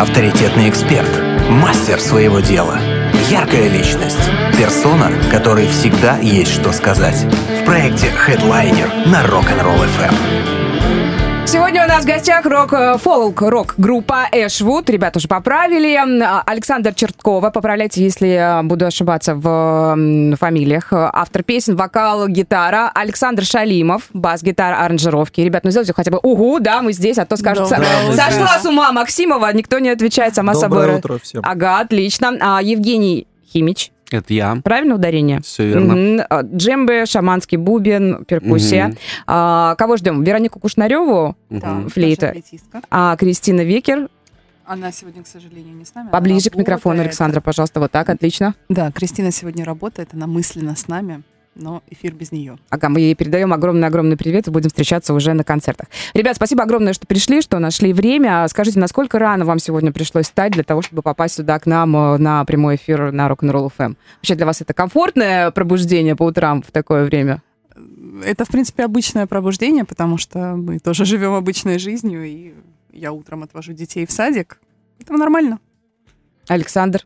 авторитетный эксперт, мастер своего дела, яркая личность, персона, которой всегда есть что сказать. В проекте Headliner на Rock'n'Roll FM. Сегодня у нас в гостях фолк-рок-группа Ashwood. Ребята уже поправили. Александр Черткова. Поправляйте, если буду ошибаться в фамилиях. Автор песен, вокал, гитара. Александр Шалимов. Бас-гитара, аранжировки. Ребят, ну сделайте хотя бы угу, да, мы здесь, а то скажут, сошла с ума Максимова. Никто не отвечает, сама собой. Доброе утро всем. Ага, отлично. Евгений Химич. Это я. Правильно ударение? Все верно. Джембе, шаманский бубен, перкуссия. Кого ждем? Веронику Кушнареву, флейта. Кристина Векер. Она сегодня, к сожалению, не с нами. Поближе к микрофону, Александра, пожалуйста. Вот так, отлично. Да, Кристина сегодня работает, она мысленно с нами, но эфир без нее. Ага, мы ей передаем огромный-огромный привет и будем встречаться уже на концертах. Ребят, спасибо огромное, что пришли, что нашли время. Скажите, насколько рано вам сегодня пришлось встать для того, чтобы попасть сюда к нам на прямой эфир на Rock'n'Roll FM? Вообще для вас это комфортное пробуждение по утрам в такое время? Это, в принципе, обычное пробуждение, потому что мы тоже живем обычной жизнью, и я утром отвожу детей в садик. Это нормально. Александр?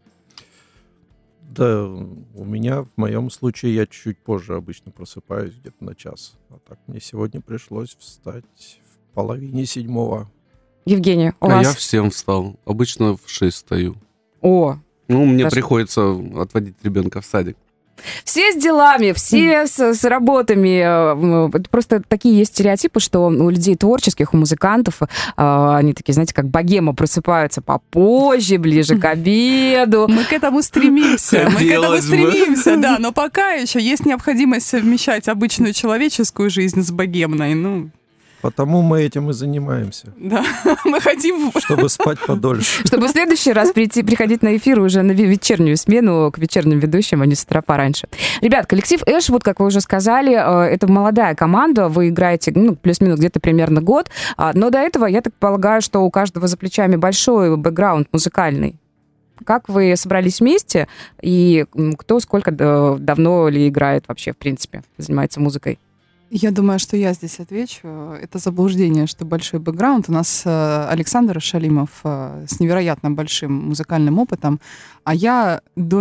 Да, у меня, в моем случае, я чуть позже обычно просыпаюсь, где-то на час. А так мне сегодня пришлось встать в 6:30. Евгений, у вас? Я в 7 встал. Обычно в 6 встаю. О! Мне приходится отводить ребенка в садик. Все с делами, все с работами. Просто такие есть стереотипы, что у людей творческих, у музыкантов, они такие, знаете, как богема, просыпаются попозже, ближе к обеду. Мы к этому стремимся, да, но пока еще есть необходимость совмещать обычную человеческую жизнь с богемной, Потому мы этим и занимаемся. Да, мы хотим... Чтобы спать подольше. Чтобы в следующий раз приходить на эфир уже на вечернюю смену к вечерним ведущим, а не с утра пораньше. Ребят, коллектив Ashwood, как вы уже сказали, это молодая команда, вы играете плюс-минус где-то примерно год, но до этого, я так полагаю, что у каждого за плечами большой бэкграунд музыкальный. Как вы собрались вместе, и кто сколько давно ли играет вообще, в принципе, занимается музыкой? Я думаю, что я здесь отвечу. Это заблуждение, что большой бэкграунд. У нас Александр Шалимов с невероятно большим музыкальным опытом, а я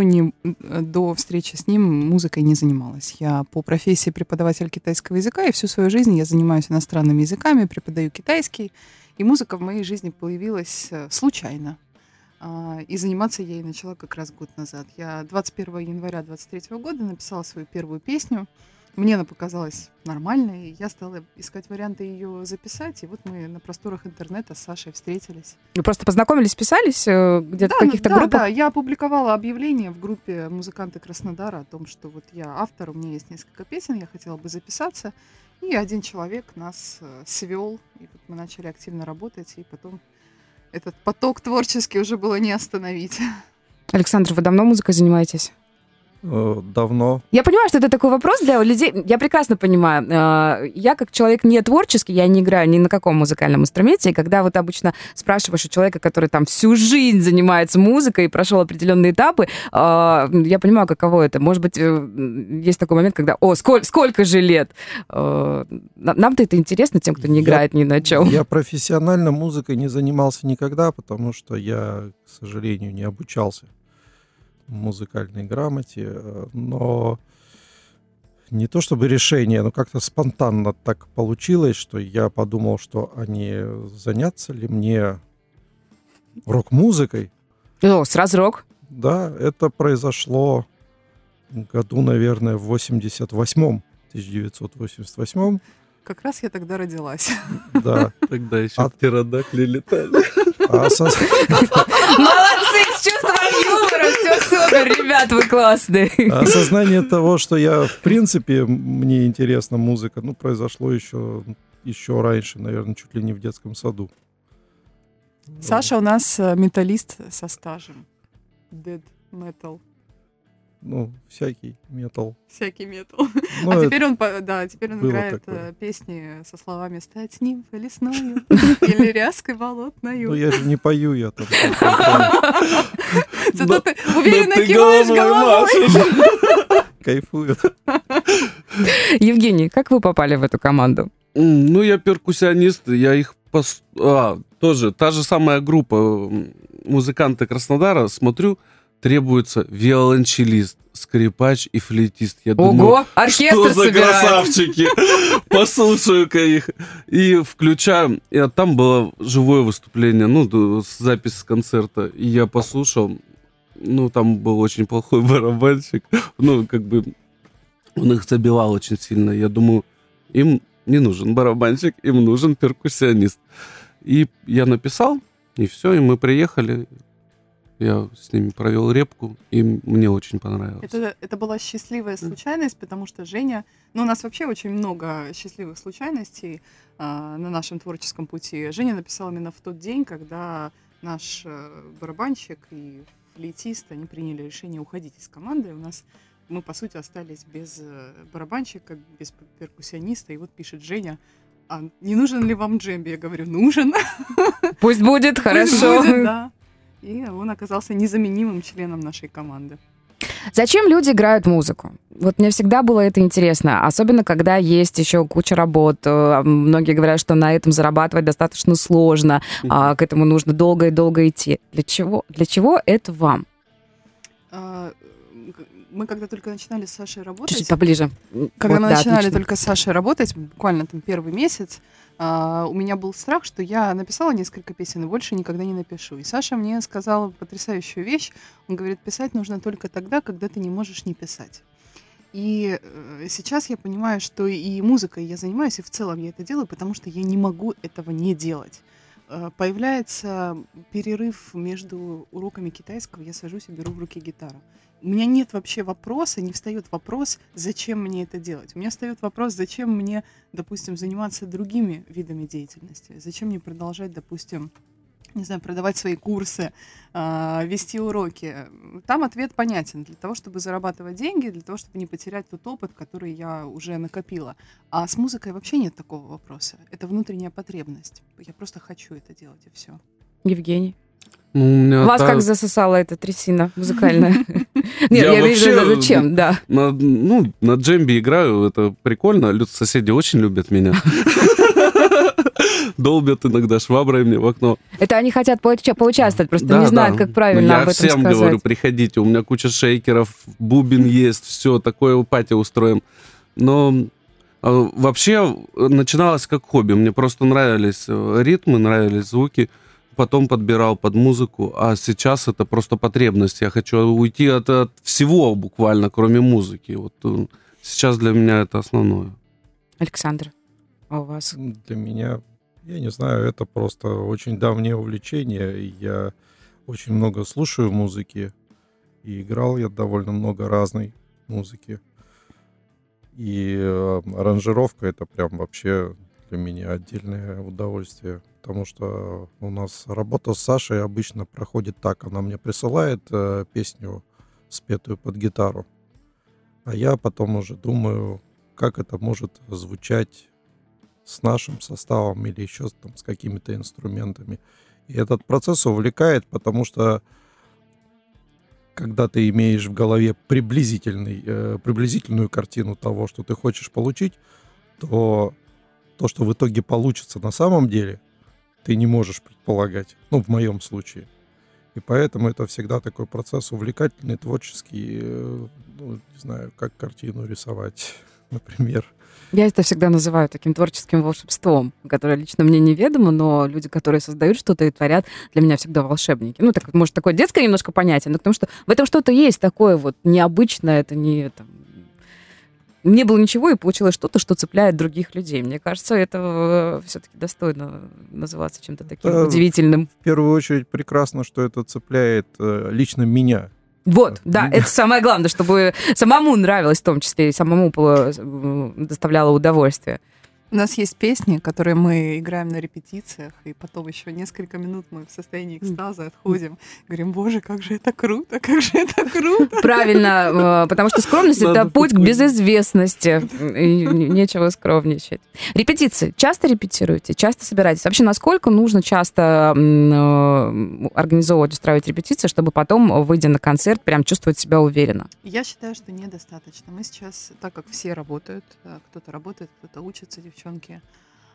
до встречи с ним музыкой не занималась. Я по профессии преподаватель китайского языка, и всю свою жизнь я занимаюсь иностранными языками, преподаю китайский, и музыка в моей жизни появилась случайно. И заниматься я ей начала как раз год назад. Я 21 января 23 года написала свою первую песню. Мне она показалась нормальной, и я стала искать варианты ее записать, и вот мы на просторах интернета с Сашей встретились. Вы просто познакомились, писались где-то в каких-то группах? Да, я опубликовала объявление в группе «Музыканты Краснодара» о том, что вот я автор, у меня есть несколько песен, я хотела бы записаться, и один человек нас свел, и вот мы начали активно работать, и потом этот поток творческий уже было не остановить. Александр, вы давно музыкой занимаетесь? Давно. Я понимаю, что это такой вопрос для людей. Я прекрасно понимаю. Я как человек не творческий, я не играю ни на каком музыкальном инструменте. И когда вот обычно спрашиваешь у человека, который там всю жизнь занимается музыкой и прошел определенные этапы, я понимаю, каково это. Может быть, есть такой момент, когда сколько же лет? Нам-то это интересно, тем, кто не играет ни на чем. Я профессионально музыкой не занимался никогда, потому что я, к сожалению, не обучался музыкальной грамоте, но не то чтобы решение, но как-то спонтанно так получилось, что я подумал, что не заняться ли мне рок-музыкой. Сразу рок? Да, это произошло году, наверное, в 1988. Как раз я тогда родилась. Да. Тогда еще птеродакли летали. Молодцы, с чувством юмора, все супер, ребят, вы классные. Осознание того, что в принципе, мне интересна музыка, произошло еще раньше, наверное, чуть ли не в детском саду. Саша у нас металлист со стажем. Dead metal. Всякий метал. Всякий метал. Теперь он играет песни со словами «Стать нимфой лесною» или «Ряской болотною». Я же не пою, я там. Зато ты уверенно киваешь головой. Кайфует. Евгений, как вы попали в эту команду? Я перкуссионист, я их... Тоже та же самая группа. музыканты Краснодара, смотрю, требуется виолончелист, скрипач и флейтист. Я думаю, оркестр что за красавчики? Послушаю-ка их. И включаю. И там было живое выступление, запись с концерта. И я послушал. Там был очень плохой барабанщик. Он их забивал очень сильно. Я думаю, им не нужен барабанщик, им нужен перкуссионист. И я написал, и все, и мы приехали. Я с ними провел репку, и мне очень понравилось. Это была счастливая случайность, потому что Женя... у нас вообще очень много счастливых случайностей на нашем творческом пути. Женя написал именно в тот день, когда наш барабанщик и флейтист, они приняли решение уходить из команды. Мы, по сути, остались без барабанщика, без перкуссиониста. И вот пишет Женя: а не нужен ли вам джемби? Я говорю, нужен. Пусть будет, хорошо. Пусть будет, да. И он оказался незаменимым членом нашей команды. Зачем люди играют музыку? Вот мне всегда было это интересно, особенно когда есть еще куча работ. Многие говорят, что на этом зарабатывать достаточно сложно, к этому нужно долго и долго идти. Для чего? Для чего это вам? Мы когда только начинали с Сашей работать... Чуть-чуть поближе. Когда мы начинали только с Сашей работать, буквально там первый месяц, у меня был страх, что я написала несколько песен и больше никогда не напишу. И Саша мне сказал потрясающую вещь. Он говорит, писать нужно только тогда, когда ты не можешь не писать. И сейчас я понимаю, что и музыкой я занимаюсь, и в целом я это делаю, потому что я не могу этого не делать. Появляется перерыв между уроками китайского, я сажусь и беру в руки гитару. У меня нет вообще вопроса, не встает вопрос, зачем мне это делать. У меня встает вопрос, зачем мне, допустим, заниматься другими видами деятельности. Зачем мне продолжать, допустим, не знаю, продавать свои курсы, вести уроки. Там ответ понятен. Для того, чтобы зарабатывать деньги, для того, чтобы не потерять тот опыт, который я уже накопила. А с музыкой вообще нет такого вопроса. Это внутренняя потребность. Я просто хочу это делать, и все. Евгений? Вас как засосала эта трясина музыкальная? Нет, я имею в виду, зачем, да. На джембе играю, это прикольно. Соседи очень любят меня. Долбят иногда шваброй мне в окно. Это они хотят поучаствовать, просто не знают, как правильно об этом сказать. Я всем говорю, приходите, у меня куча шейкеров, бубен есть, все, такое пати устроим. Но вообще начиналось как хобби. Мне просто нравились ритмы, нравились звуки. Потом подбирал под музыку, а сейчас это просто потребность. Я хочу уйти от всего буквально, кроме музыки. Вот сейчас для меня это основное. Александр, а у вас? Для меня, я не знаю, это просто очень давнее увлечение. Я очень много слушаю музыки, и играл я довольно много разной музыки. И аранжировка — это прям вообще для меня отдельное удовольствие. Потому что у нас работа с Сашей обычно проходит так. Она мне присылает песню, спетую под гитару. А я потом уже думаю, как это может звучать с нашим составом или еще там, с какими-то инструментами. И этот процесс увлекает, потому что когда ты имеешь в голове приблизительную картину того, что ты хочешь получить, то то, что в итоге получится на самом деле, ты не можешь предполагать. В моем случае. И поэтому это всегда такой процесс увлекательный, творческий. Не знаю, как картину рисовать, например. Я это всегда называю таким творческим волшебством, которое лично мне неведомо, но люди, которые создают что-то и творят, для меня всегда волшебники. Может, такое детское немножко понятие, но потому что в этом что-то есть такое вот необычное, это не... Не было ничего, и получилось что-то, что цепляет других людей. Мне кажется, это все-таки достойно называться чем-то таким удивительным. В первую очередь прекрасно, что это цепляет лично меня. Вот, да, это самое главное, чтобы самому нравилось в том числе, и самому доставляло удовольствие. У нас есть песни, которые мы играем на репетициях, и потом еще несколько минут мы в состоянии экстаза отходим. Говорим, боже, как же это круто, как же это круто. Правильно, потому что скромность — это путь к безызвестности, и нечего скромничать. Репетиции. Часто репетируете? Часто собираетесь? Вообще, насколько нужно часто организовывать, устраивать репетиции, чтобы потом, выйдя на концерт, прям чувствовать себя уверенно? Я считаю, что недостаточно. Мы сейчас, так как все работают, кто-то работает, кто-то учится, девчонки,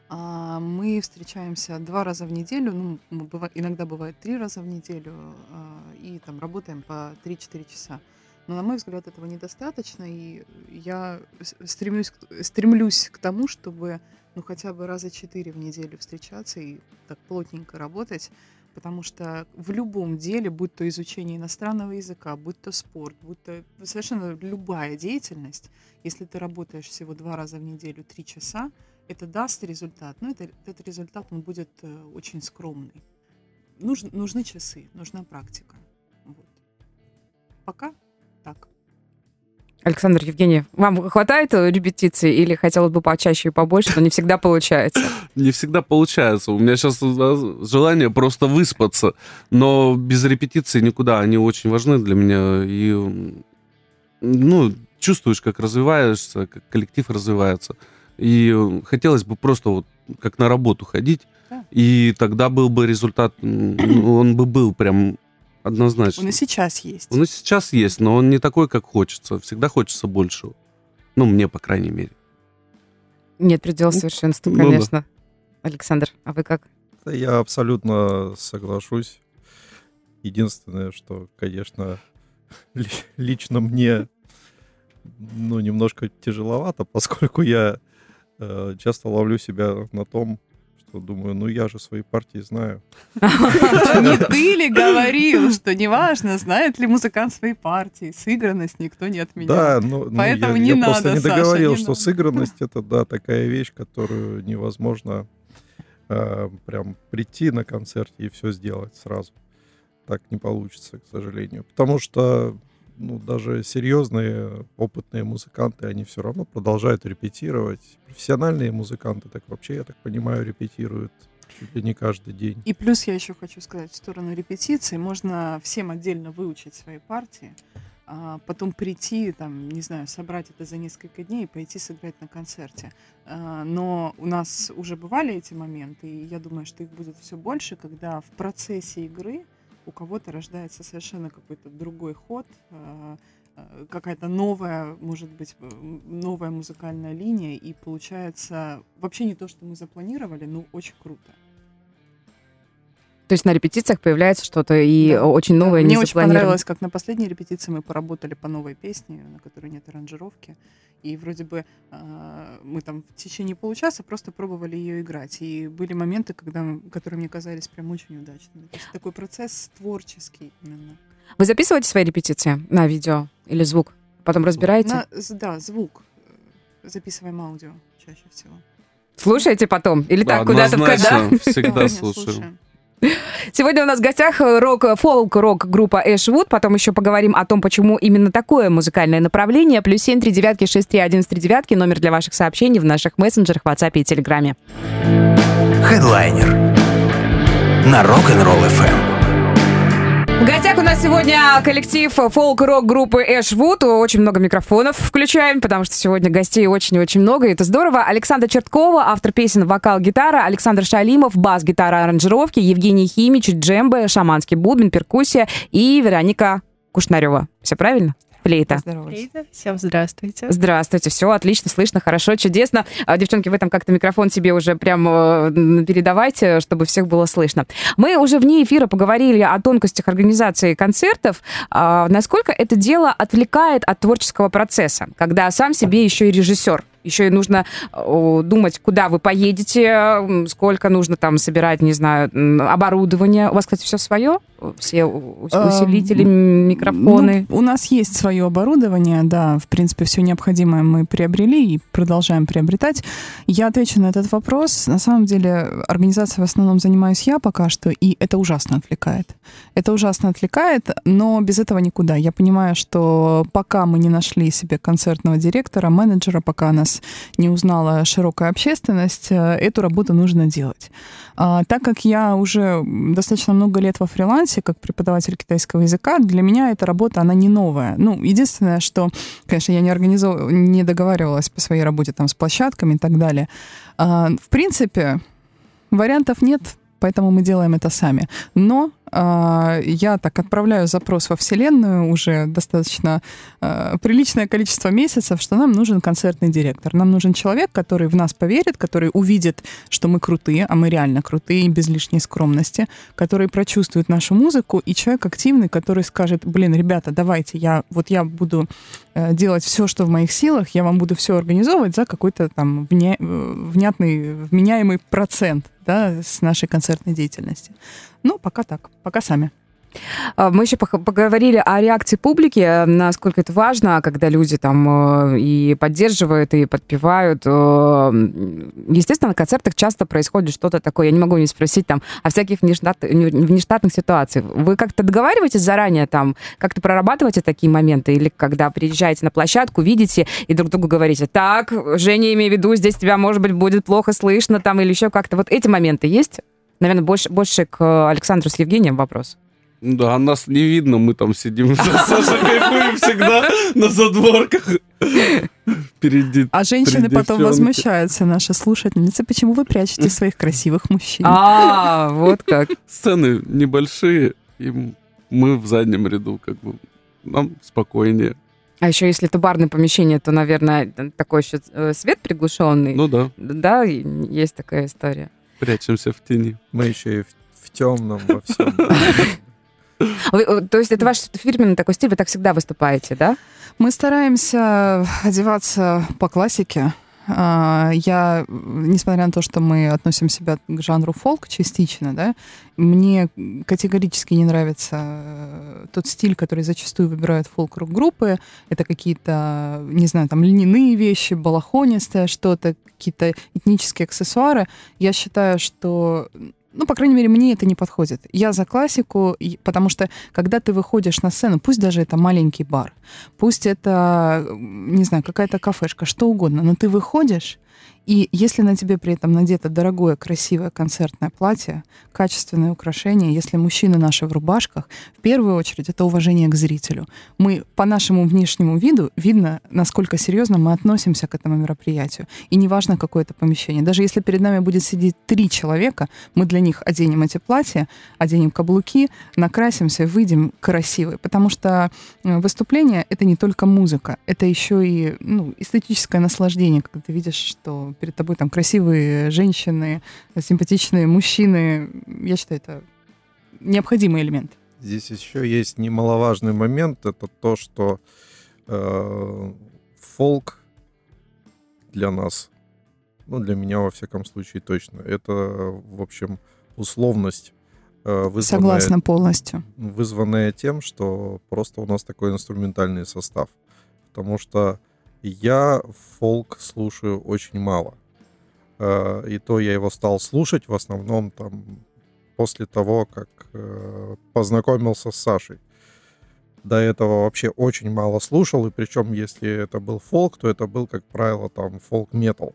Мы встречаемся 2 раза в неделю, иногда бывает 3 раза в неделю, и там работаем по 3-4 часа. Но, на мой взгляд, этого недостаточно, и я стремлюсь к тому, чтобы хотя бы раза 4 в неделю встречаться и так плотненько работать, потому что в любом деле, будь то изучение иностранного языка, будь то спорт, будь то совершенно любая деятельность, если ты работаешь всего 2 раза в неделю 3 часа, это даст результат, но этот результат, он будет очень скромный. Нужны часы, нужна практика. Вот. Пока так. Александр, Евгений, вам хватает репетиций или хотелось бы почаще и побольше, но не всегда получается? Не всегда получается. У меня сейчас желание просто выспаться, но без репетиций никуда. Они очень важны для меня. И, чувствуешь, как развиваешься, как коллектив развивается. И хотелось бы просто вот как на работу ходить, да. И тогда был бы результат, он бы был прям однозначно. Он и сейчас есть. Он и сейчас есть, но он не такой, как хочется. Всегда хочется большего. Мне, по крайней мере. Нет предела совершенству, конечно. Да. Александр, а вы как? Я абсолютно соглашусь. Единственное, что, конечно, лично мне немножко тяжеловато, поскольку я часто ловлю себя на том, что думаю, я же свои партии знаю. Не ты ли говорил, что неважно, знает ли музыкант свои партии, сыгранность никто не отменял. Да, поэтому я надо, просто не договорил, Саша, что сыгранность — это, да, такая вещь, которую невозможно прям прийти на концерте и все сделать сразу. Так не получится, к сожалению. Потому что даже серьезные, опытные музыканты, они все равно продолжают репетировать. Профессиональные музыканты, так вообще, я так понимаю, репетируют чуть ли не каждый день. И плюс я еще хочу сказать, в сторону репетиций можно всем отдельно выучить свои партии, а потом прийти, собрать это за несколько дней и пойти сыграть на концерте. Но у нас уже бывали эти моменты, и я думаю, что их будет все больше, когда в процессе игры у кого-то рождается совершенно какой-то другой ход, какая-то новая, может быть, новая музыкальная линия, и получается вообще не то, что мы запланировали, но очень круто. То есть на репетициях появляется что-то и очень новое, не запланированное. Мне очень понравилось, как на последней репетиции мы поработали по новой песне, на которой нет аранжировки. И вроде бы мы там в течение получаса просто пробовали ее играть. И были моменты, которые мне казались прям очень удачными. То есть такой процесс творческий именно. Вы записываете свои репетиции на видео или звук? Потом разбираете? Да, звук. Записываем аудио чаще всего. Слушаете потом? Или так куда-то в кадр? Всегда слушаем. Сегодня у нас в гостях фолк-рок группа Ashwood. Потом еще поговорим о том, почему именно такое музыкальное направление. +7 3 631 39, номер для ваших сообщений в наших мессенджерах, WhatsApp и Телеграме. Хедлайнер на Rock'n'Roll FM. В гостях у нас сегодня коллектив фолк-рок группы Ashwood. Очень много микрофонов включаем, потому что сегодня гостей очень и очень много, и это здорово. Александра Черткова, автор песен, вокал, гитара. Александр Шалимов, бас, гитара, аранжировки. Евгений Химич, джембе, шаманский бубен, перкуссия. И Вероника Кушнарева. Все правильно? Флейта. Флейта. Всем здравствуйте. Здравствуйте. Все отлично, слышно, хорошо, чудесно. Девчонки, вы там как-то микрофон себе уже прям передавайте, чтобы всех было слышно. Мы уже вне эфира поговорили о тонкостях организации концертов. Насколько это дело отвлекает от творческого процесса, когда сам себе еще и режиссер? Еще и нужно думать, куда вы поедете, сколько нужно там собирать, не знаю, оборудование. У вас, кстати, все свое? Все усилители, микрофоны? У нас есть свое оборудование, да. В принципе, все необходимое мы приобрели и продолжаем приобретать. Я отвечу на этот вопрос. На самом деле, организацией в основном занимаюсь я пока что, и это ужасно отвлекает. Это ужасно отвлекает, но без этого никуда. Я понимаю, что пока мы не нашли себе концертного директора, менеджера, пока нас не узнала широкая общественность, эту работу нужно делать. Так как я уже достаточно много лет во фрилансе, как преподаватель китайского языка, для меня эта работа, она не новая. Единственное, что, конечно, я не договаривалась по своей работе там с площадками и так далее. В принципе, вариантов нет, поэтому мы делаем это сами. Но Я так отправляю запрос во Вселенную уже достаточно приличное количество месяцев, что нам нужен концертный директор. Нам нужен человек, который в нас поверит, который увидит, что мы крутые, а мы реально крутые, без лишней скромности, который прочувствует нашу музыку, и человек активный, который скажет: блин, ребята, давайте, я буду делать все, что в моих силах, я вам буду все организовывать за какой-то там внятный, вменяемый процент, да, с нашей концертной деятельности. Ну, пока так, пока сами. Мы еще поговорили о реакции публики, насколько это важно, когда люди там и поддерживают, и подпевают. Естественно, на концертах часто происходит что-то такое, я не могу не спросить там о всяких внештатных ситуациях. Вы как-то договариваетесь заранее там, как-то прорабатываете такие моменты? Или когда приезжаете на площадку, видите и друг другу говорите: так, Женя, имей в виду, здесь тебя, может быть, будет плохо слышно там, или еще как-то. Вот эти моменты есть? Наверное, больше к Александру с Евгением вопрос. Да, нас не видно, мы там сидим, Саша кайфуем всегда на задворках. Впереди. А женщины потом возмущаются, наши слушательницы: почему вы прячете своих красивых мужчин? Вот как. Сцены небольшие, и мы в заднем ряду, как бы нам спокойнее. А еще если это барное помещение, то, наверное, такой еще свет приглушенный. Ну да. Да, есть такая история. Прячемся в тени. Мы еще и в темном во всем. То есть это ваш фирменный такой стиль, вы так всегда выступаете, да? Мы стараемся одеваться по классике. Я, несмотря на то, что мы относим себя к жанру фолк частично, да, мне категорически не нравится тот стиль, который зачастую выбирают фолк-рок-группы. Это какие-то, не знаю, там льняные вещи, балахонистое что-то, какие-то этнические аксессуары. Я считаю, что... Ну, по крайней мере, мне это не подходит. Я за классику, потому что, когда ты выходишь на сцену, пусть даже это маленький бар, пусть это, не знаю, какая-то кафешка, что угодно, но ты выходишь, и если на тебе при этом надето дорогое, красивое концертное платье, качественные украшения, если мужчины наши в рубашках, в первую очередь это уважение к зрителю. Мы по нашему внешнему виду видно, насколько серьезно мы относимся к этому мероприятию. И неважно, какое это помещение. Даже если перед нами будет сидеть 3 человека, мы для них оденем эти платья, оденем каблуки, накрасимся, выйдем красивые. Потому что выступление — это не только музыка, это еще и эстетическое наслаждение, когда ты видишь, что перед тобой там красивые женщины, симпатичные мужчины. Я считаю, это необходимый элемент. Здесь еще есть немаловажный момент. Это то, что фолк для нас, для меня во всяком случае точно, это, в общем, условность, Согласна полностью. Вызванная тем, что просто у нас такой инструментальный состав. Потому что я фолк слушаю очень мало. И то я его стал слушать в основном там после того, как познакомился с Сашей. До этого вообще очень мало слушал, и причем если это был фолк, то это был, как правило, там фолк-метал.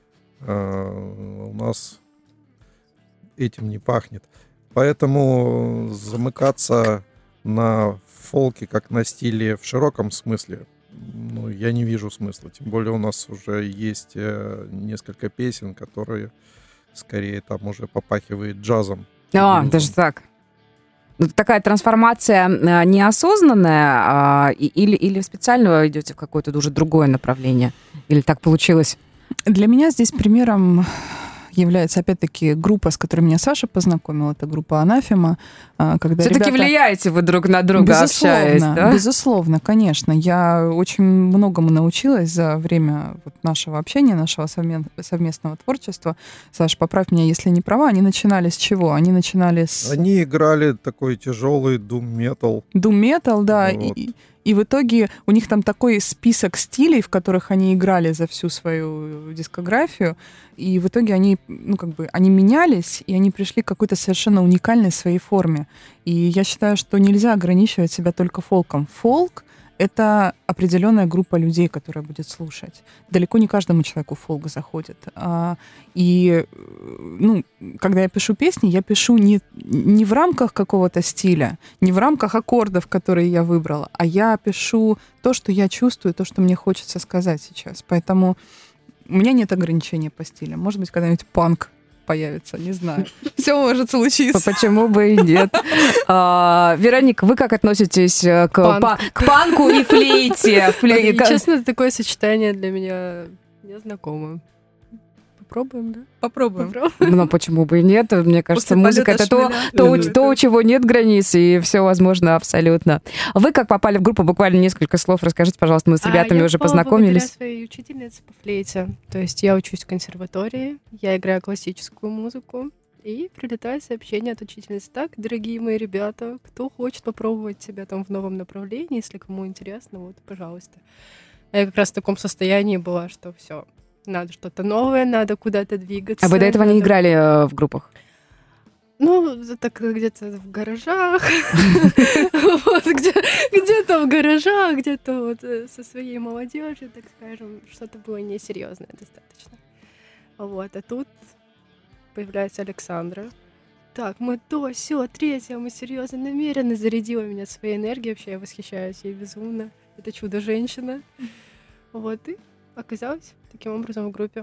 У нас этим не пахнет. Поэтому замыкаться на фолке как на стиле в широком смысле, я не вижу смысла. Тем более у нас уже есть несколько песен, которые скорее там уже попахивает джазом. Даже так. Такая трансформация неосознанная или специально вы идете в какое-то уже другое направление? Или так получилось? Для меня здесь примером является, опять-таки, группа, с которой меня Саша познакомила. Это группа «Анафема». Когда все-таки влияете вы друг на друга, общаясь, да? Безусловно, конечно. Я очень многому научилась за время нашего общения, нашего совместного творчества. Саш, поправь меня, если не права. Они начинали с чего? Они начинали с... Они играли такой тяжелый doom-метал. Doom-метал, да. Вот. И в итоге у них там такой список стилей, в которых они играли за всю свою дискографию. И в итоге они, они менялись, и они пришли к какой-то совершенно уникальной своей форме. И я считаю, что нельзя ограничивать себя только фолком. Фолк — это определенная группа людей, которая будет слушать. Далеко не каждому человеку фолк заходит. И когда я пишу песни, я пишу не в рамках какого-то стиля, не в рамках аккордов, которые я выбрала, а я пишу то, что я чувствую, то, что мне хочется сказать сейчас. Поэтому у меня нет ограничения по стилям. Может быть, когда-нибудь панк появится, не знаю. Все может случиться. Почему бы и нет? Вероника, вы как относитесь к панку и флейте? Честно, такое сочетание для меня незнакомое. Попробуем, да? Попробуем. Ну, почему бы и нет? Мне кажется, музыка — это то, у чего нет границ, и все возможно абсолютно. Вы как попали в группу? Буквально несколько слов расскажите, пожалуйста. Мы с ребятами уже познакомились. Я своей учительнице по флейте. То есть я учусь в консерватории, я играю классическую музыку, и прилетает сообщение от учительницы: так, дорогие мои ребята, кто хочет попробовать себя там в новом направлении, если кому интересно, вот, пожалуйста. А я как раз в таком состоянии была, что все. Надо что-то новое, надо куда-то двигаться. А вы до этого не играли в группах? Ну, так где-то в гаражах. Где-то в гаражах, где-то вот со своей молодежью, так скажем, что-то было несерьезное достаточно. Вот, а тут появляется Александра. Так, мы то, сё, третье, мы серьезно намеренно, зарядила меня своей энергией. Вообще я восхищаюсь ей безумно. Это чудо-женщина. Вот, и оказалась таким образом в группе.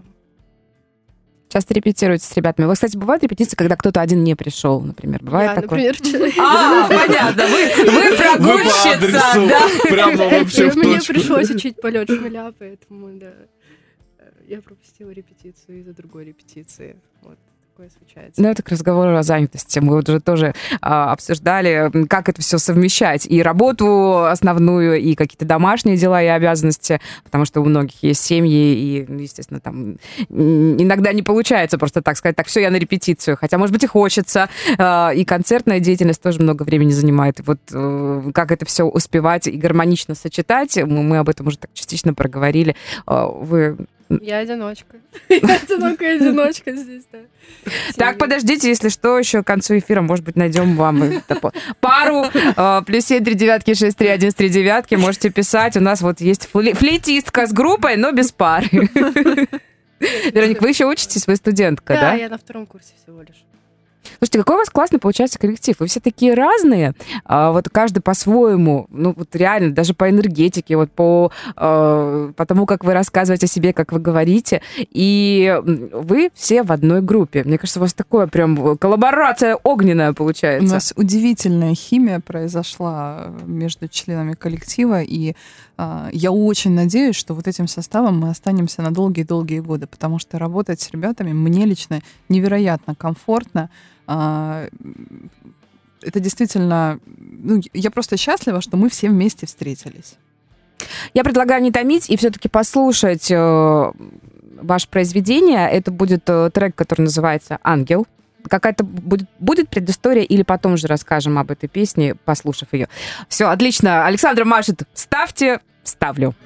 Часто репетируете с ребятами. Вы, кстати, бывают репетиции, когда кто-то один не пришел, например? Бывает такое? Например, понятно. Вы прогульщица, да? Прямо вообще в Мне точку. пришлось учить полет шмеля, поэтому, да, я пропустила репетицию из-за другой репетиции. Вот. Такое случается. Ну, это к разговору о занятости. Мы вот уже тоже обсуждали, как это все совмещать. И работу основную, и какие-то домашние дела и обязанности, потому что у многих есть семьи, и, естественно, там иногда не получается просто так сказать: так, все, я на репетицию. Хотя, может быть, и хочется. И концертная деятельность тоже много времени занимает. И вот как это все успевать и гармонично сочетать, мы об этом уже так частично проговорили. Вы... Я одиночка. Я одинокая здесь, да. Так, подождите, если что, еще к концу эфира, может быть, найдем вам пару. +7 3 9 6 3 1 3 9. Можете писать. У нас вот есть флейтистка с группой, но без пары. Вероника, вы еще учитесь? Вы студентка, да? Да, я на 2-м курсе всего лишь. Слушайте, какой у вас классный получается коллектив. Вы все такие разные, вот каждый по-своему, ну вот реально, даже по энергетике, вот по тому, как вы рассказываете о себе, как вы говорите, и вы все в одной группе. Мне кажется, у вас такое прям коллаборация огненная получается. У нас удивительная химия произошла между членами коллектива, и я очень надеюсь, что вот этим составом мы останемся на долгие-долгие годы, потому что работать с ребятами мне лично невероятно комфортно. Это действительно... Ну, я просто счастлива, что мы все вместе встретились. Я предлагаю не томить и все-таки послушать ваше произведение. Это будет трек, который называется «Ангел». Какая-то будет предыстория, или потом уже расскажем об этой песне, послушав ее. Все, отлично. Александра машет. Ставьте. Ставлю.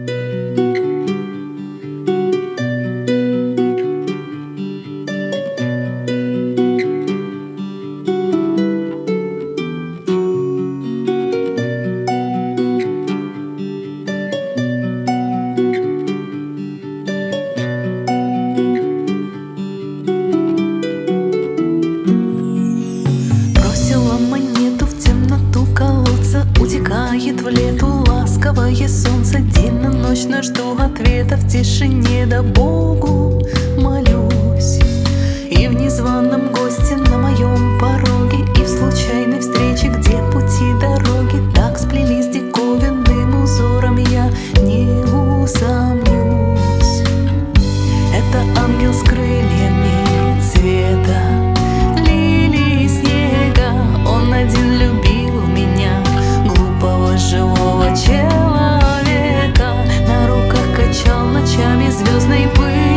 Утекает в лету ласковое солнце, день на ночь, но жду ответа в тишине, да Богу молюсь. И в незваном госте на моем пороге, и в случайной встрече, где пути дороги так сплелись диковинным узором, я не усомнюсь. Это ангел с крыльями цвета лилии снега, он один любил меня, живого человека, на руках качал ночами звездной пыль.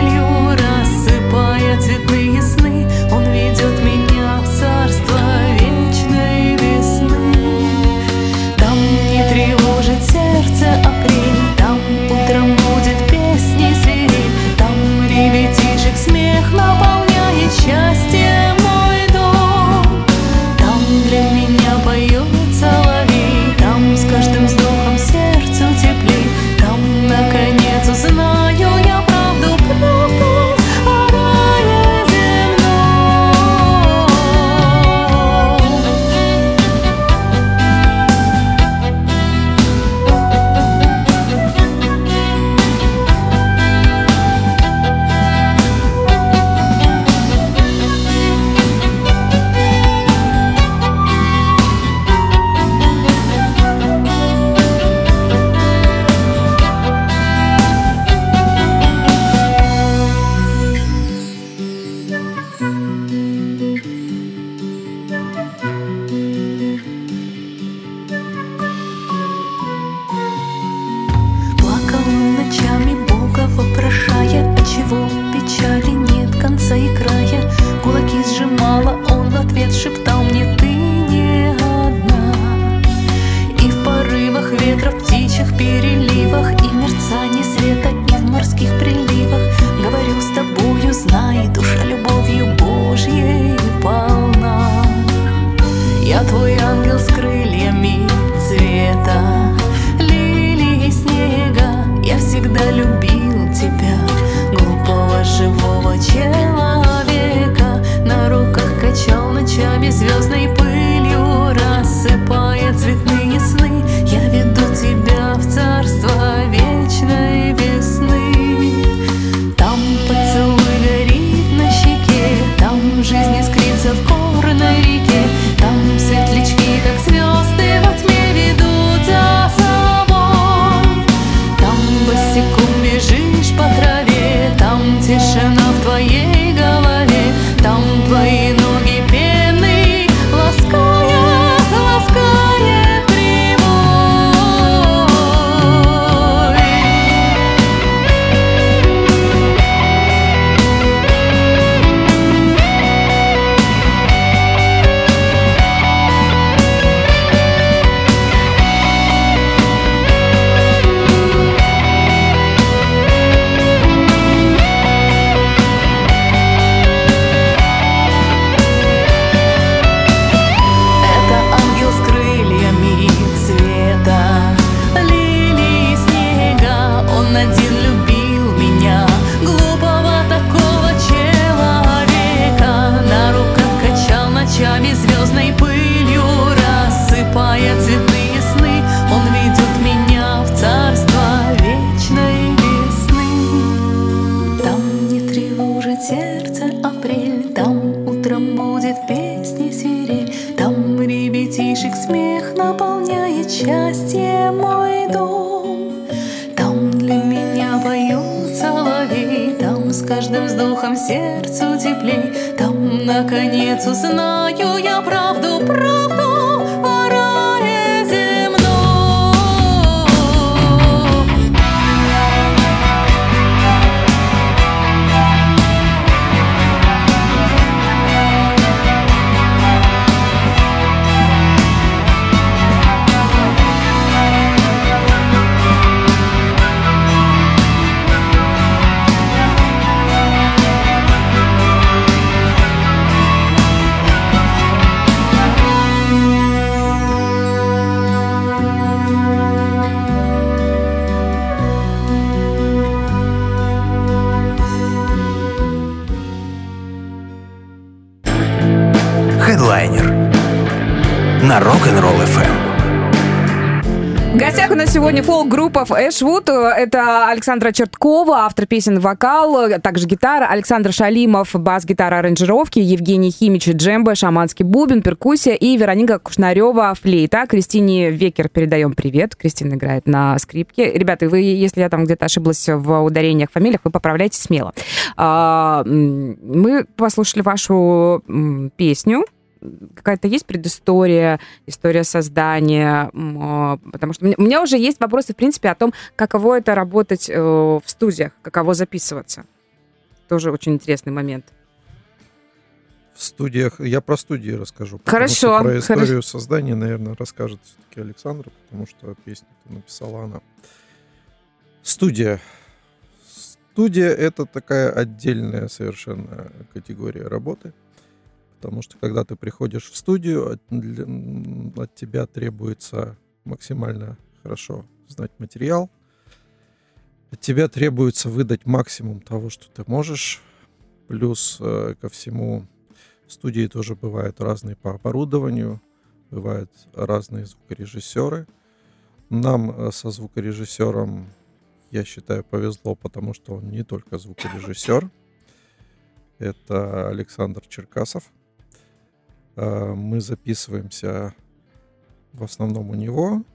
птичек смех наполняет счастье мой дом. Там для меня поют соловей, там с каждым вздохом сердцу теплей, там, наконец, узнаю я правду, правду о рае земном. Headliner на Rock'n'Roll FM. В гостях у нас сегодня фолк-группа Эшвуд. Это Александра Черткова, автор песен, вокал, также гитара, Александр Шалимов, бас-гитара, аранжировки, Евгений Химич, джембе, шаманский бубен, перкуссия и Вероника Кушнарева, флейта. Кристине Векер передаем привет. Кристина играет на скрипке. Ребята, вы, если я там где-то ошиблась в ударениях, фамилиях, вы поправляйте смело. Мы послушали вашу песню. Какая-то есть предыстория, история создания? Потому что у меня уже есть вопросы, в принципе, о том, каково это работать в студиях, каково записываться. Тоже очень интересный момент. В студиях, я про студии расскажу. Хорошо. Про историю создания, наверное, расскажет все-таки Александра, потому что песню-то написала она. Студия. Студия — это такая отдельная совершенно категория работы. Потому что, когда ты приходишь в студию, от тебя требуется максимально хорошо знать материал. От тебя требуется выдать максимум того, что ты можешь. Плюс ко всему, студии тоже бывают разные по оборудованию, бывают разные звукорежиссеры. Нам со звукорежиссером, я считаю, повезло, потому что он не только звукорежиссер. Это Александр Черкасов. Мы записываемся в основном у него,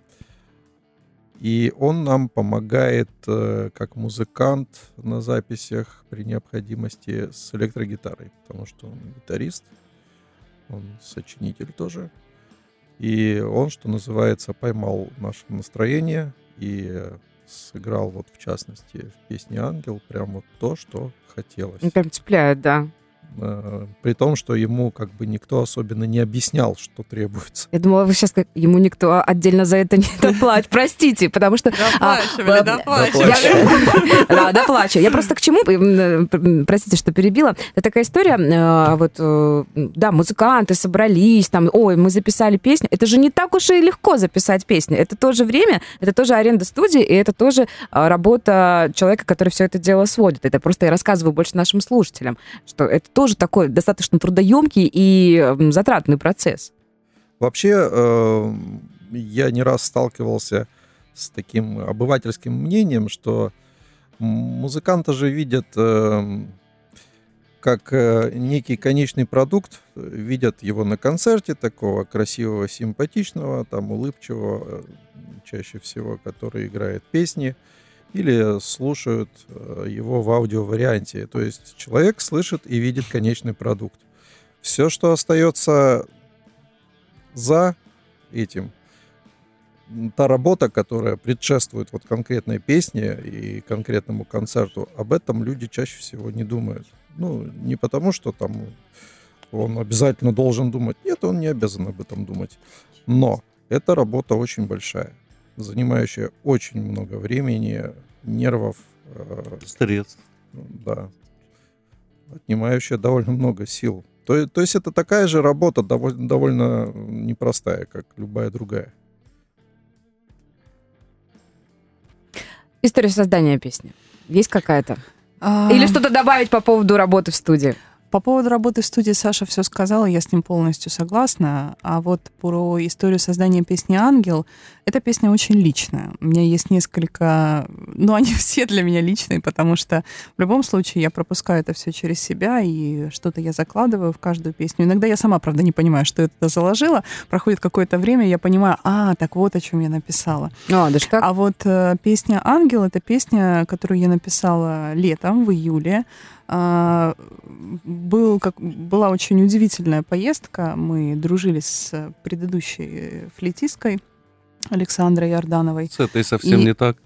и он нам помогает как музыкант на записях при необходимости с электрогитарой, потому что он гитарист, он сочинитель тоже, и он, что называется, поймал наше настроение и сыграл вот в частности в песне «Ангел» прям вот то, что хотелось. Прям цепляет, да. При том, что ему как бы никто особенно не объяснял, что требуется. Я думала, вы сейчас скажете, ему никто отдельно за это не доплатит. Простите, потому что... Доплачивали. Доплачивали. Я просто к чему... Простите, что перебила. Это такая история, вот, да, музыканты собрались, там, ой, мы записали песню. Это же не так уж и легко записать песню. Это тоже время, это тоже аренда студии, и это тоже работа человека, который все это дело сводит. Это просто я рассказываю больше нашим слушателям, что это тоже такой достаточно трудоемкий и затратный процесс. Вообще, я не раз сталкивался с таким обывательским мнением, что музыканта же видят как некий конечный продукт, видят его на концерте, такого красивого, симпатичного, там, улыбчивого, чаще всего, который играет песни, или слушают его в аудиоварианте. То есть человек слышит и видит конечный продукт. Все, что остается за этим, та работа, которая предшествует вот конкретной песне и конкретному концерту, об этом люди чаще всего не думают. Ну, не потому, что там он обязательно должен думать. Нет, он не обязан об этом думать. Но эта работа очень большая, занимающая очень много времени, нервов. Средств. Да. Отнимающая довольно много сил. То есть это такая же работа, довольно непростая, как любая другая. История создания песни. Есть какая-то? Или что-то добавить по поводу работы в студии? По поводу работы в студии Саша все сказала, я с ним полностью согласна. А вот про историю создания песни «Ангел», эта песня очень личная. У меня есть несколько... они все для меня личные, потому что в любом случае я пропускаю это все через себя, и что-то я закладываю в каждую песню. Иногда я сама, правда, не понимаю, что это заложила. Проходит какое-то время, я понимаю, так вот о чем я написала. Даже так? А вот песня «Ангел» — это песня, которую я написала летом, в июле. Была очень удивительная поездка. Мы дружили с предыдущей флейтисткой Александрой Иордановой. С этой совсем не так.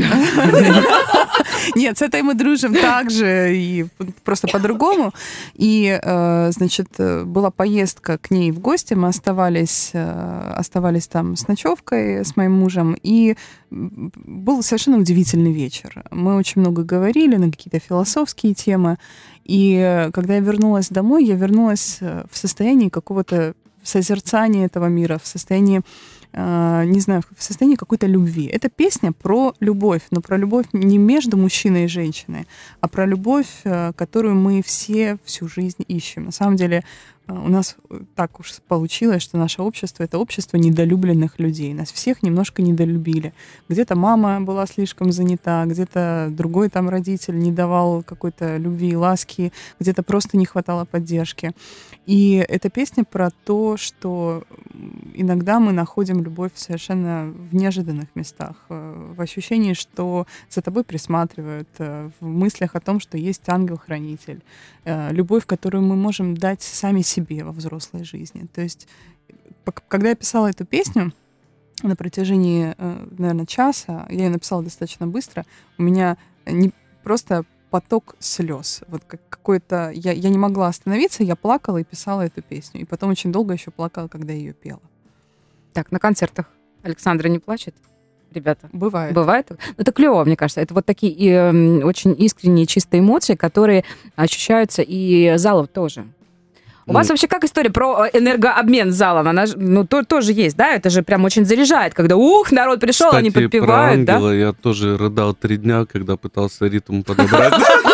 Нет, с этой мы дружим так же и просто по-другому. И, была поездка к ней в гости, мы оставались там с ночевкой с моим мужем, и был совершенно удивительный вечер. Мы очень много говорили на какие-то философские темы, и когда я вернулась домой, я вернулась в состоянии какого-то созерцания этого мира, в состоянии в состоянии какой-то любви. Это песня про любовь, но про любовь не между мужчиной и женщиной, а про любовь, которую мы все всю жизнь ищем. На самом деле у нас так уж получилось, что наше общество — это общество недолюбленных людей. Нас всех немножко недолюбили. Где-то мама была слишком занята, где-то другой там родитель не давал какой-то любви и ласки, где-то просто не хватало поддержки. И эта песня про то, что иногда мы находим любовь совершенно в неожиданных местах, в ощущении, что за тобой присматривают, в мыслях о том, что есть ангел-хранитель, любовь, которую мы можем дать сами себе во взрослой жизни. То есть, когда я писала эту песню на протяжении, наверное, часа, я ее написала достаточно быстро, у меня не просто поток слез. Вот какой-то... Я не могла остановиться, я плакала и писала эту песню. И потом очень долго еще плакала, когда я ее пела. Так, на концертах Александра не плачет? Ребята? Бывает. Бывает? Это клево, мне кажется. Это вот такие очень искренние, чистые эмоции, которые ощущаются и залом тоже. У вас вообще как история про энергообмен залом? Она тоже есть, да? Это же прям очень заряжает, когда народ пришел, Кстати, они подпевают, про «Ангела» да? я тоже рыдал 3 дня, когда пытался ритм подобрать.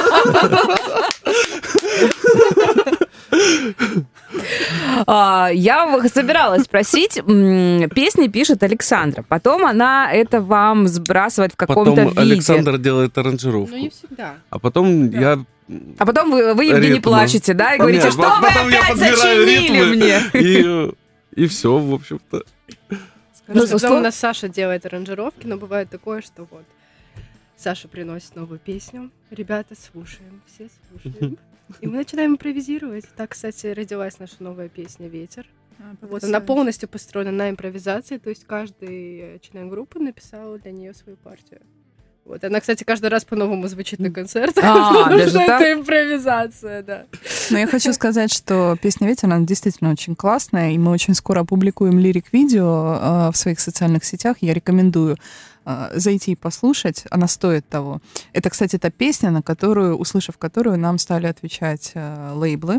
Я собиралась спросить, песни пишет Александра, потом она это вам сбрасывает в каком-то виде. Потом Александр делает аранжировку. Не всегда. А потом я... А потом вы Евгений, плачете, да? И говорите, что вы опять сочинили мне? И все, в общем-то. Потом у нас Саша делает аранжировки, но бывает такое, что вот Саша приносит новую песню, ребята слушаем, все слушаем. И мы начинаем импровизировать. Так, кстати, родилась наша новая песня «Ветер». Вот она полностью построена на импровизации, то есть каждый член группы написал для нее свою партию. Вот. Она, кстати, каждый раз по-новому звучит на концертах, потому что это импровизация, да. Но я хочу сказать, что песня «Ветер», она действительно очень классная, и мы очень скоро опубликуем лирик-видео в своих социальных сетях. Я рекомендую зайти и послушать, она стоит того. Это, кстати, та песня, на которую, услышав которую, нам стали отвечать лейблы.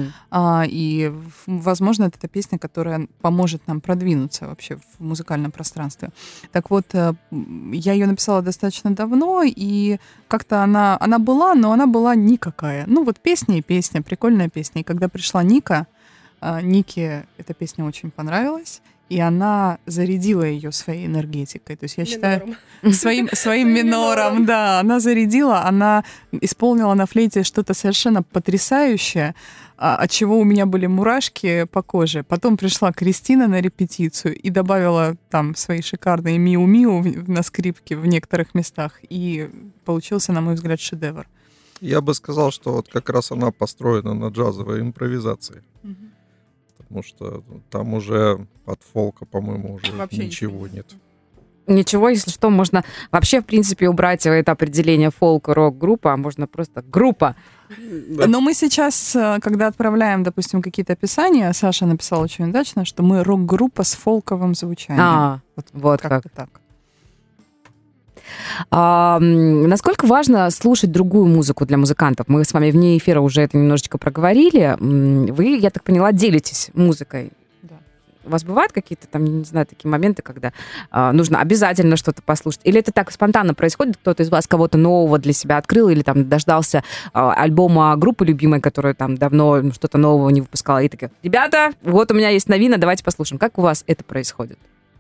И, возможно, это та песня, которая поможет нам продвинуться вообще в музыкальном пространстве. Так вот, я ее написала достаточно давно, и как-то она была, но она была никакая. Ну вот песня и песня, прикольная песня. И когда пришла Ника, Нике эта песня очень понравилась, и она зарядила ее своей энергетикой. То есть я считаю, своим минором, да, она зарядила, она исполнила на флейте что-то совершенно потрясающее, от чего у меня были мурашки по коже. Потом пришла Кристина на репетицию и добавила там свои шикарные миу-миу на скрипке в некоторых местах, и получился, на мой взгляд, шедевр. Я бы сказал, что вот как раз она построена на джазовой импровизации. Потому что там уже от фолка, по-моему, уже вообще ничего нет. Ничего, если что, можно вообще, в принципе, убрать это определение фолк-рок-группа, а можно просто группа. Но мы сейчас, когда отправляем, допустим, какие-то описания, Саша написала очень удачно, что мы рок-группа с фолковым звучанием. Вот как. Так. Насколько важно слушать другую музыку для музыкантов? Мы с вами вне эфира уже это немножечко проговорили. Вы, я так поняла, делитесь музыкой. Да. У вас бывают какие-то там, не знаю, такие моменты, когда нужно обязательно что-то послушать? Или это так спонтанно происходит? Кто-то из вас кого-то нового для себя открыл или там дождался альбома группы любимой, которая там давно что-то нового не выпускала, и такие: ребята, вот у меня есть новина, давайте послушаем. Как у вас это происходит?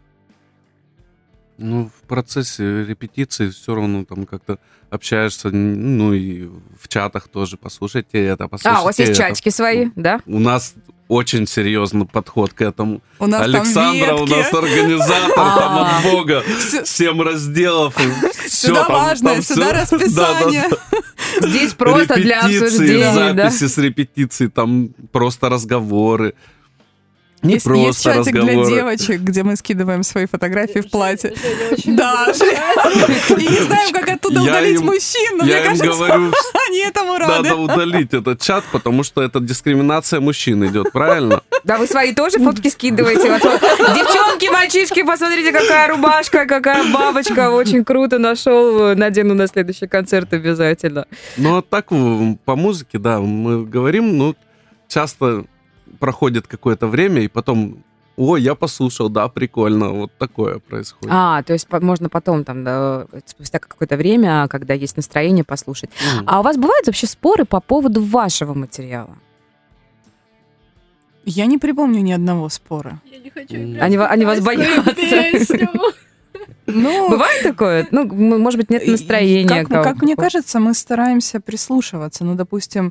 Ну, в процессе репетиции все равно там как-то общаешься, ну, и в чатах тоже. Послушайте это, послушайте У вас есть это. чатики свои, да? У нас очень серьезный подход к этому. У нас Александра там у ветки. нас организатор, там от Бога, 7 разделов. Сюда важное, сюда расписание. Здесь просто для Репетиции, обсуждения, да? записи с репетицией, там просто разговоры. Не Есть просто чатик для разговоры. девочек, где мы скидываем свои фотографии в платье. Женя очень Да, и не знаем, как оттуда Я удалить им- мужчин, но мне Я им кажется, говорю, они этому рады. надо удалить этот чат, потому что это дискриминация мужчин идет, правильно? Да, вы свои тоже фотки скидываете? Вот, девчонки, мальчишки, посмотрите, какая рубашка, какая бабочка. Очень круто нашел. Надену на следующий концерт обязательно. Ну, а так по музыке, да, мы говорим, ну, часто проходит какое-то время, и потом: о, я послушал, да, прикольно, вот такое происходит. То есть можно потом, там, да, спустя какое-то время, когда есть настроение, послушать. А у вас бывают вообще споры по поводу вашего материала? Я не припомню ни одного спора. Я не хочу Они вас боятся. Ну, Бывает такое? Ну, может быть, нет настроения. Как мне кажется, мы стараемся прислушиваться. Ну, допустим,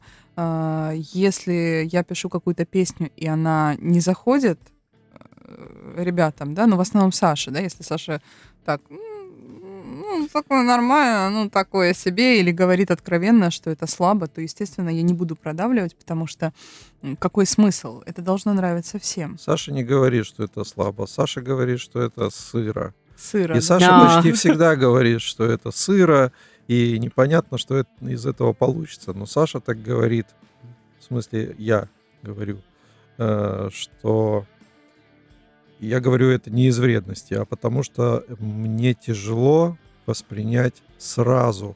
если я пишу какую-то песню, и она не заходит ребятам, да, ну, в основном Саше, да, если Саша так, ну, такое нормально, ну, такое себе, или говорит откровенно, что это слабо, то, естественно, я не буду продавливать, потому что какой смысл? Это должно нравиться всем. Саша не говорит, что это слабо. Саша говорит, что это сыро. Сыро. И да. Саша Да. почти всегда говорит, что это сыро, и непонятно, что из этого получится. Но Саша так говорит, в смысле, я говорю, что я говорю это не из вредности, а потому что мне тяжело воспринять сразу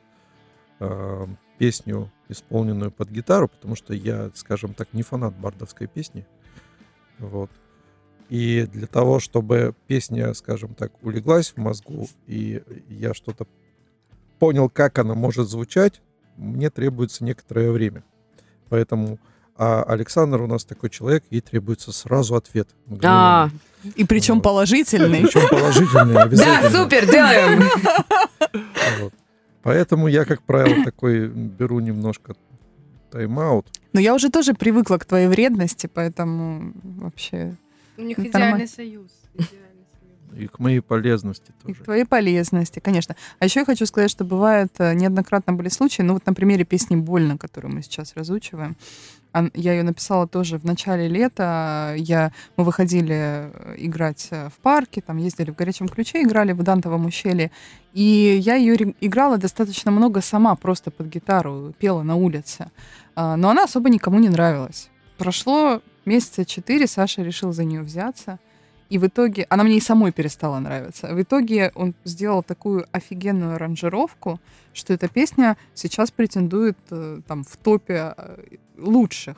песню, исполненную под гитару, потому что я, скажем так, не фанат бардовской песни. Вот. И для того, чтобы песня, скажем так, улеглась в мозгу, и я что-то понял, как она может звучать, мне требуется некоторое время. Поэтому Александр у нас такой человек, ей требуется сразу ответ. А, И причем Вот. положительный. Причем положительный обязательно. да, супер, делаем. Вот. Поэтому я, как правило, такой беру немножко тайм-аут. Но я уже тоже привыкла к твоей вредности, поэтому вообще У них Нормально. идеальный союз. И к моей полезности и тоже. к твоей полезности, конечно. А еще я хочу сказать, что бывает, неоднократно были случаи, ну вот на примере песни «Больно», которую мы сейчас разучиваем. Я ее написала тоже в начале лета. Мы выходили играть в парке, там ездили в «Горячем ключе», играли в Дантовом ущелье. И я ее играла достаточно много сама, просто под гитару, пела на улице. Но она особо никому не нравилась. Прошло месяца 4, Саша решил за нее взяться. И в итоге она мне и самой перестала нравиться. В итоге он сделал такую офигенную аранжировку, что эта песня сейчас претендует там в топе лучших.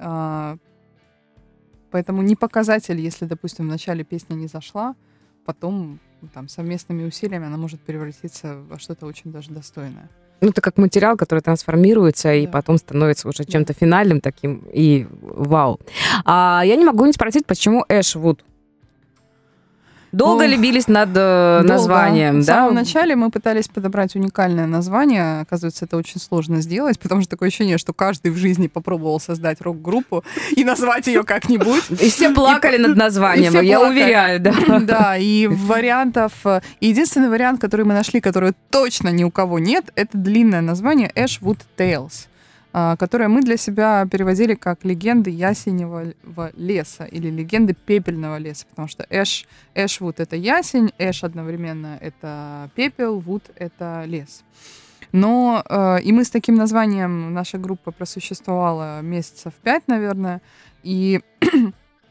Поэтому не показатель, если, допустим, в начале песня не зашла, потом там совместными усилиями она может превратиться во что-то очень даже достойное. Ну, это как материал, который трансформируется и Да. потом становится уже чем-то финальным таким, и вау. Я не могу не спросить, почему Эшвуд? Долго Ох, ли бились над Долго. названием, В да? самом начале мы пытались подобрать уникальное название. Оказывается, это очень сложно сделать, потому что такое ощущение, что каждый в жизни попробовал создать рок-группу и назвать ее как-нибудь. И все плакали над названием, и все я плакали. уверяю, да. Да, и вариантов... Единственный вариант, который мы нашли, который точно ни у кого нет, это длинное название Ashwood Tales, которое мы для себя переводили как «Легенды ясеневого леса» или «Легенды пепельного леса», потому что Ashwood — это ясень, Эш одновременно — это пепел, Wood — это лес. Но и мы с таким названием, наша группа просуществовала месяцев 5, наверное, и в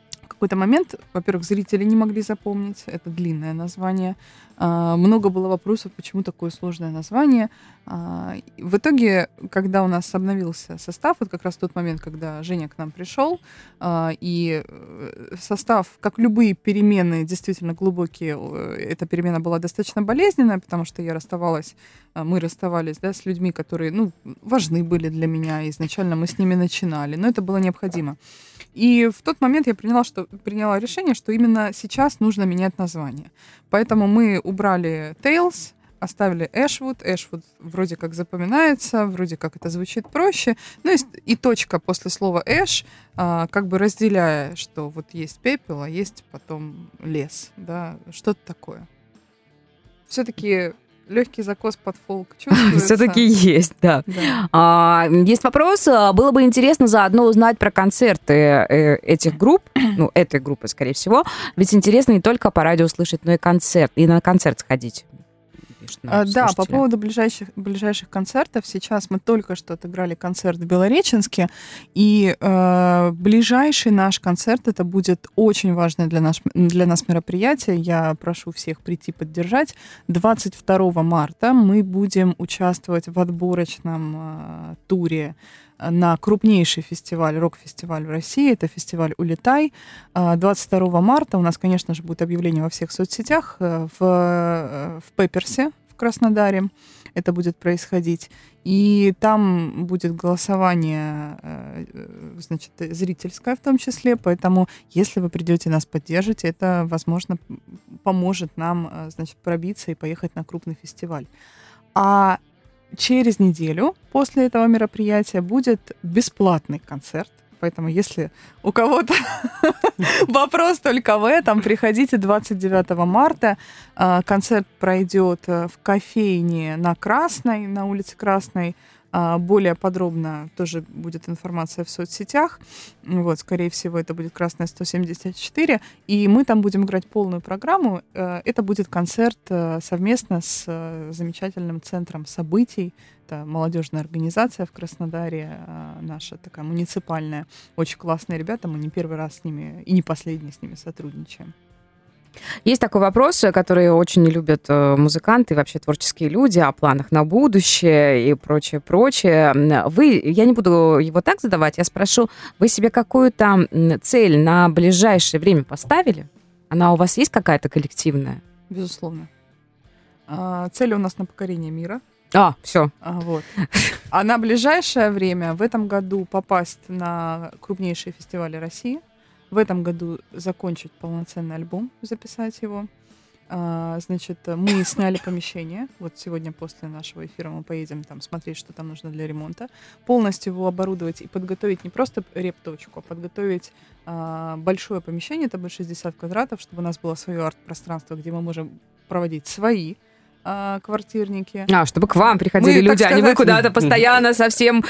какой-то момент, во-первых, зрители не могли запомнить, это длинное название. Много было вопросов, почему такое сложное название. В итоге, когда у нас обновился состав, вот как раз тот момент, когда Женя к нам пришел, и состав, как любые перемены, действительно глубокие, эта перемена была достаточно болезненная, потому что мы расставались, да, с людьми, которые, важны были для меня, изначально мы с ними начинали, но это было необходимо. И в тот момент я приняла решение, что именно сейчас нужно менять название. Поэтому мы убрали Tales, оставили Ashwood. Ashwood вроде как запоминается, вроде как это звучит проще. И точка после слова Ash, как бы разделяя, что вот есть пепел, а есть потом лес. Да? Что-то такое. Все-таки легкий закос под фолк чувствуется. Все-таки есть, да. Есть вопрос. Было бы интересно заодно узнать про концерты этих групп, этой группы, скорее всего. Ведь интересно не только по радио слышать, но и на концерт сходить. Да, по поводу ближайших концертов. Сейчас мы только что отыграли концерт в Белореченске, и ближайший наш концерт, это будет очень важное для нас мероприятие. Я прошу всех прийти поддержать. 22 марта мы будем участвовать в отборочном туре на крупнейший фестиваль, рок-фестиваль в России. Это фестиваль «Улетай». 22 марта у нас, конечно же, будет объявление во всех соцсетях. В Пепперсе в Краснодаре это будет происходить. И там будет голосование, значит, зрительское в том числе. Поэтому, если вы придете нас поддержите, это, возможно, поможет нам, значит, пробиться и поехать на крупный фестиваль. А через неделю после этого мероприятия будет бесплатный концерт. Поэтому, если у кого-то вопрос только в этом, приходите 29 марта. Концерт пройдет в кофейне на Красной, на улице Красной. Более подробно тоже будет информация в соцсетях. Вот, скорее всего, это будет Красная 174. И мы там будем играть полную программу. Это будет концерт совместно с замечательным центром событий. Это молодежная организация в Краснодаре, наша такая муниципальная. Очень классные ребята. Мы не первый раз с ними и не последний с ними сотрудничаем. Есть такой вопрос, который очень любят музыканты и вообще творческие люди о планах на будущее и прочее. Я не буду его так задавать, я спрошу, вы себе какую-то цель на ближайшее время поставили? Она у вас есть какая-то коллективная? Безусловно. Цель у нас на покорение мира. Все. Вот. А на ближайшее время в этом году попасть на крупнейшие фестивали России. В этом году закончить полноценный альбом, записать его. Значит, мы сняли помещение. Вот сегодня после нашего эфира мы поедем там смотреть, что там нужно для ремонта. Полностью его оборудовать и подготовить не просто реп-точку, а подготовить большое помещение, это будет 60 квадратов, чтобы у нас было свое арт-пространство, где мы можем проводить свои квартирники. Чтобы к вам приходили люди, а не вы куда-то постоянно со всем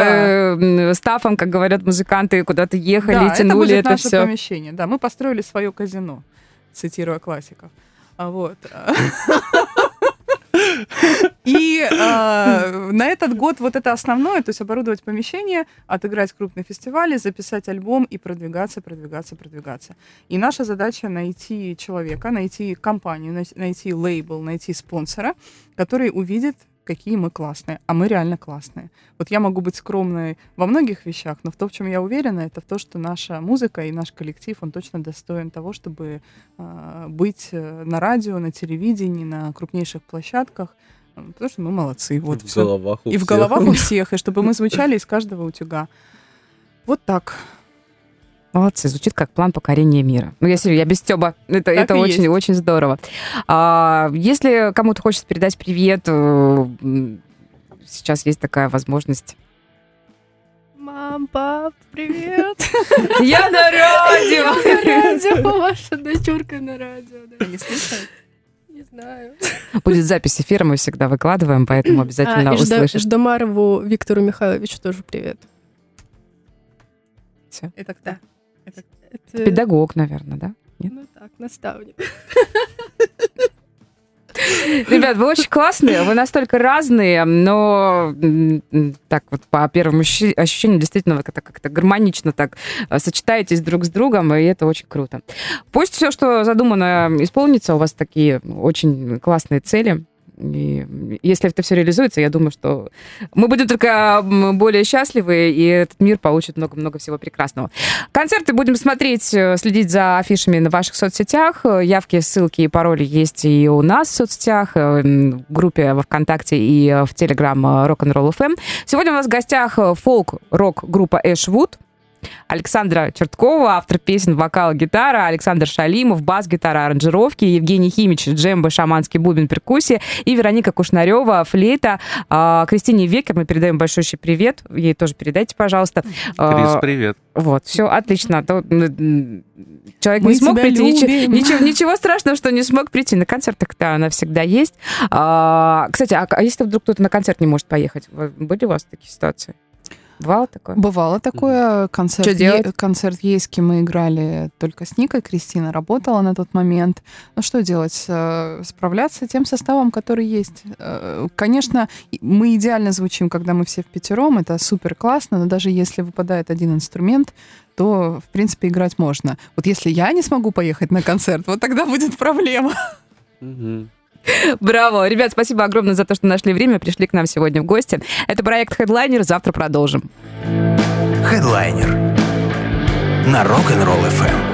стафом, как говорят музыканты, куда-то ехали, тянули это все. Да, это будет наше помещение. Да, мы построили свое казино, цитируя классиков. Вот. И на этот год вот это основное, то есть оборудовать помещение, отыграть крупные фестивали, записать альбом и продвигаться. И наша задача найти человека, найти компанию, найти лейбл, найти спонсора, который увидит, какие мы классные. А мы реально классные. Вот я могу быть скромной во многих вещах, но в том, в чем я уверена, это в том, что наша музыка и наш коллектив, он точно достоин того, чтобы быть на радио, на телевидении, на крупнейших площадках, потому что мы молодцы. Вот в головах у всех. И в головах у всех, и чтобы мы звучали из каждого утюга. Вот так. Молодцы, звучит как план покорения мира. Я без Стёба. Это очень здорово. Если кому-то хочется передать привет, сейчас есть такая возможность. Мам, пап, привет. Я на радио. Ваша дочурка на радио. Не слышат? Не знаю. Будет запись эфира, мы всегда выкладываем, поэтому обязательно услышишь. Ждамарову Виктору Михайловичу тоже привет. Все. Это кто? Это... Педагог, наверное, да? Нет? Ну так, наставник. Ребят, вы очень классные, вы настолько разные, но так вот по первому ощущению действительно вы как-то гармонично так сочетаетесь друг с другом, и это очень круто. Пусть все, что задумано, исполнится, у вас такие очень классные цели. И если это все реализуется, я думаю, что мы будем только более счастливы, и этот мир получит много-много всего прекрасного. Концерты будем смотреть, следить за афишами на ваших соцсетях. Явки, ссылки и пароли есть и у нас в соцсетях, в группе во ВКонтакте и в Телеграм Rock'n'Roll FM. Сегодня у нас в гостях фолк-рок-группа Ashwood. Александра Черткова, автор песен, вокал, гитара, Александр Шалимов, бас-гитара, аранжировки, Евгений Химич, джембо, шаманский бубен, перкуссия, и Вероника Кушнарева, флейта. Кристине Векер мы передаем большой привет, ей тоже передайте, пожалуйста. Крис, привет. Вот, все, отлично. Человек Мы не смог тебя прийти. любим. Ничего страшного, что не смог прийти. На концертах-то она всегда есть. Кстати, а если вдруг кто-то на концерт не может поехать? Были у вас такие ситуации? Бывало такое? Бывало такое. Что делать? Концерт Ейски мы играли только с Никой. Кристина работала на тот момент. Ну что делать? Справляться тем составом, который есть. Конечно, мы идеально звучим, когда мы все впятером. Это супер классно. Но даже если выпадает один инструмент, то, в принципе, играть можно. Вот если я не смогу поехать на концерт, вот тогда будет проблема. Браво! Ребят, спасибо огромное за то, что нашли время, пришли к нам сегодня в гости. Это проект Headliner. Завтра продолжим. Headliner на Rock'n'Roll FM.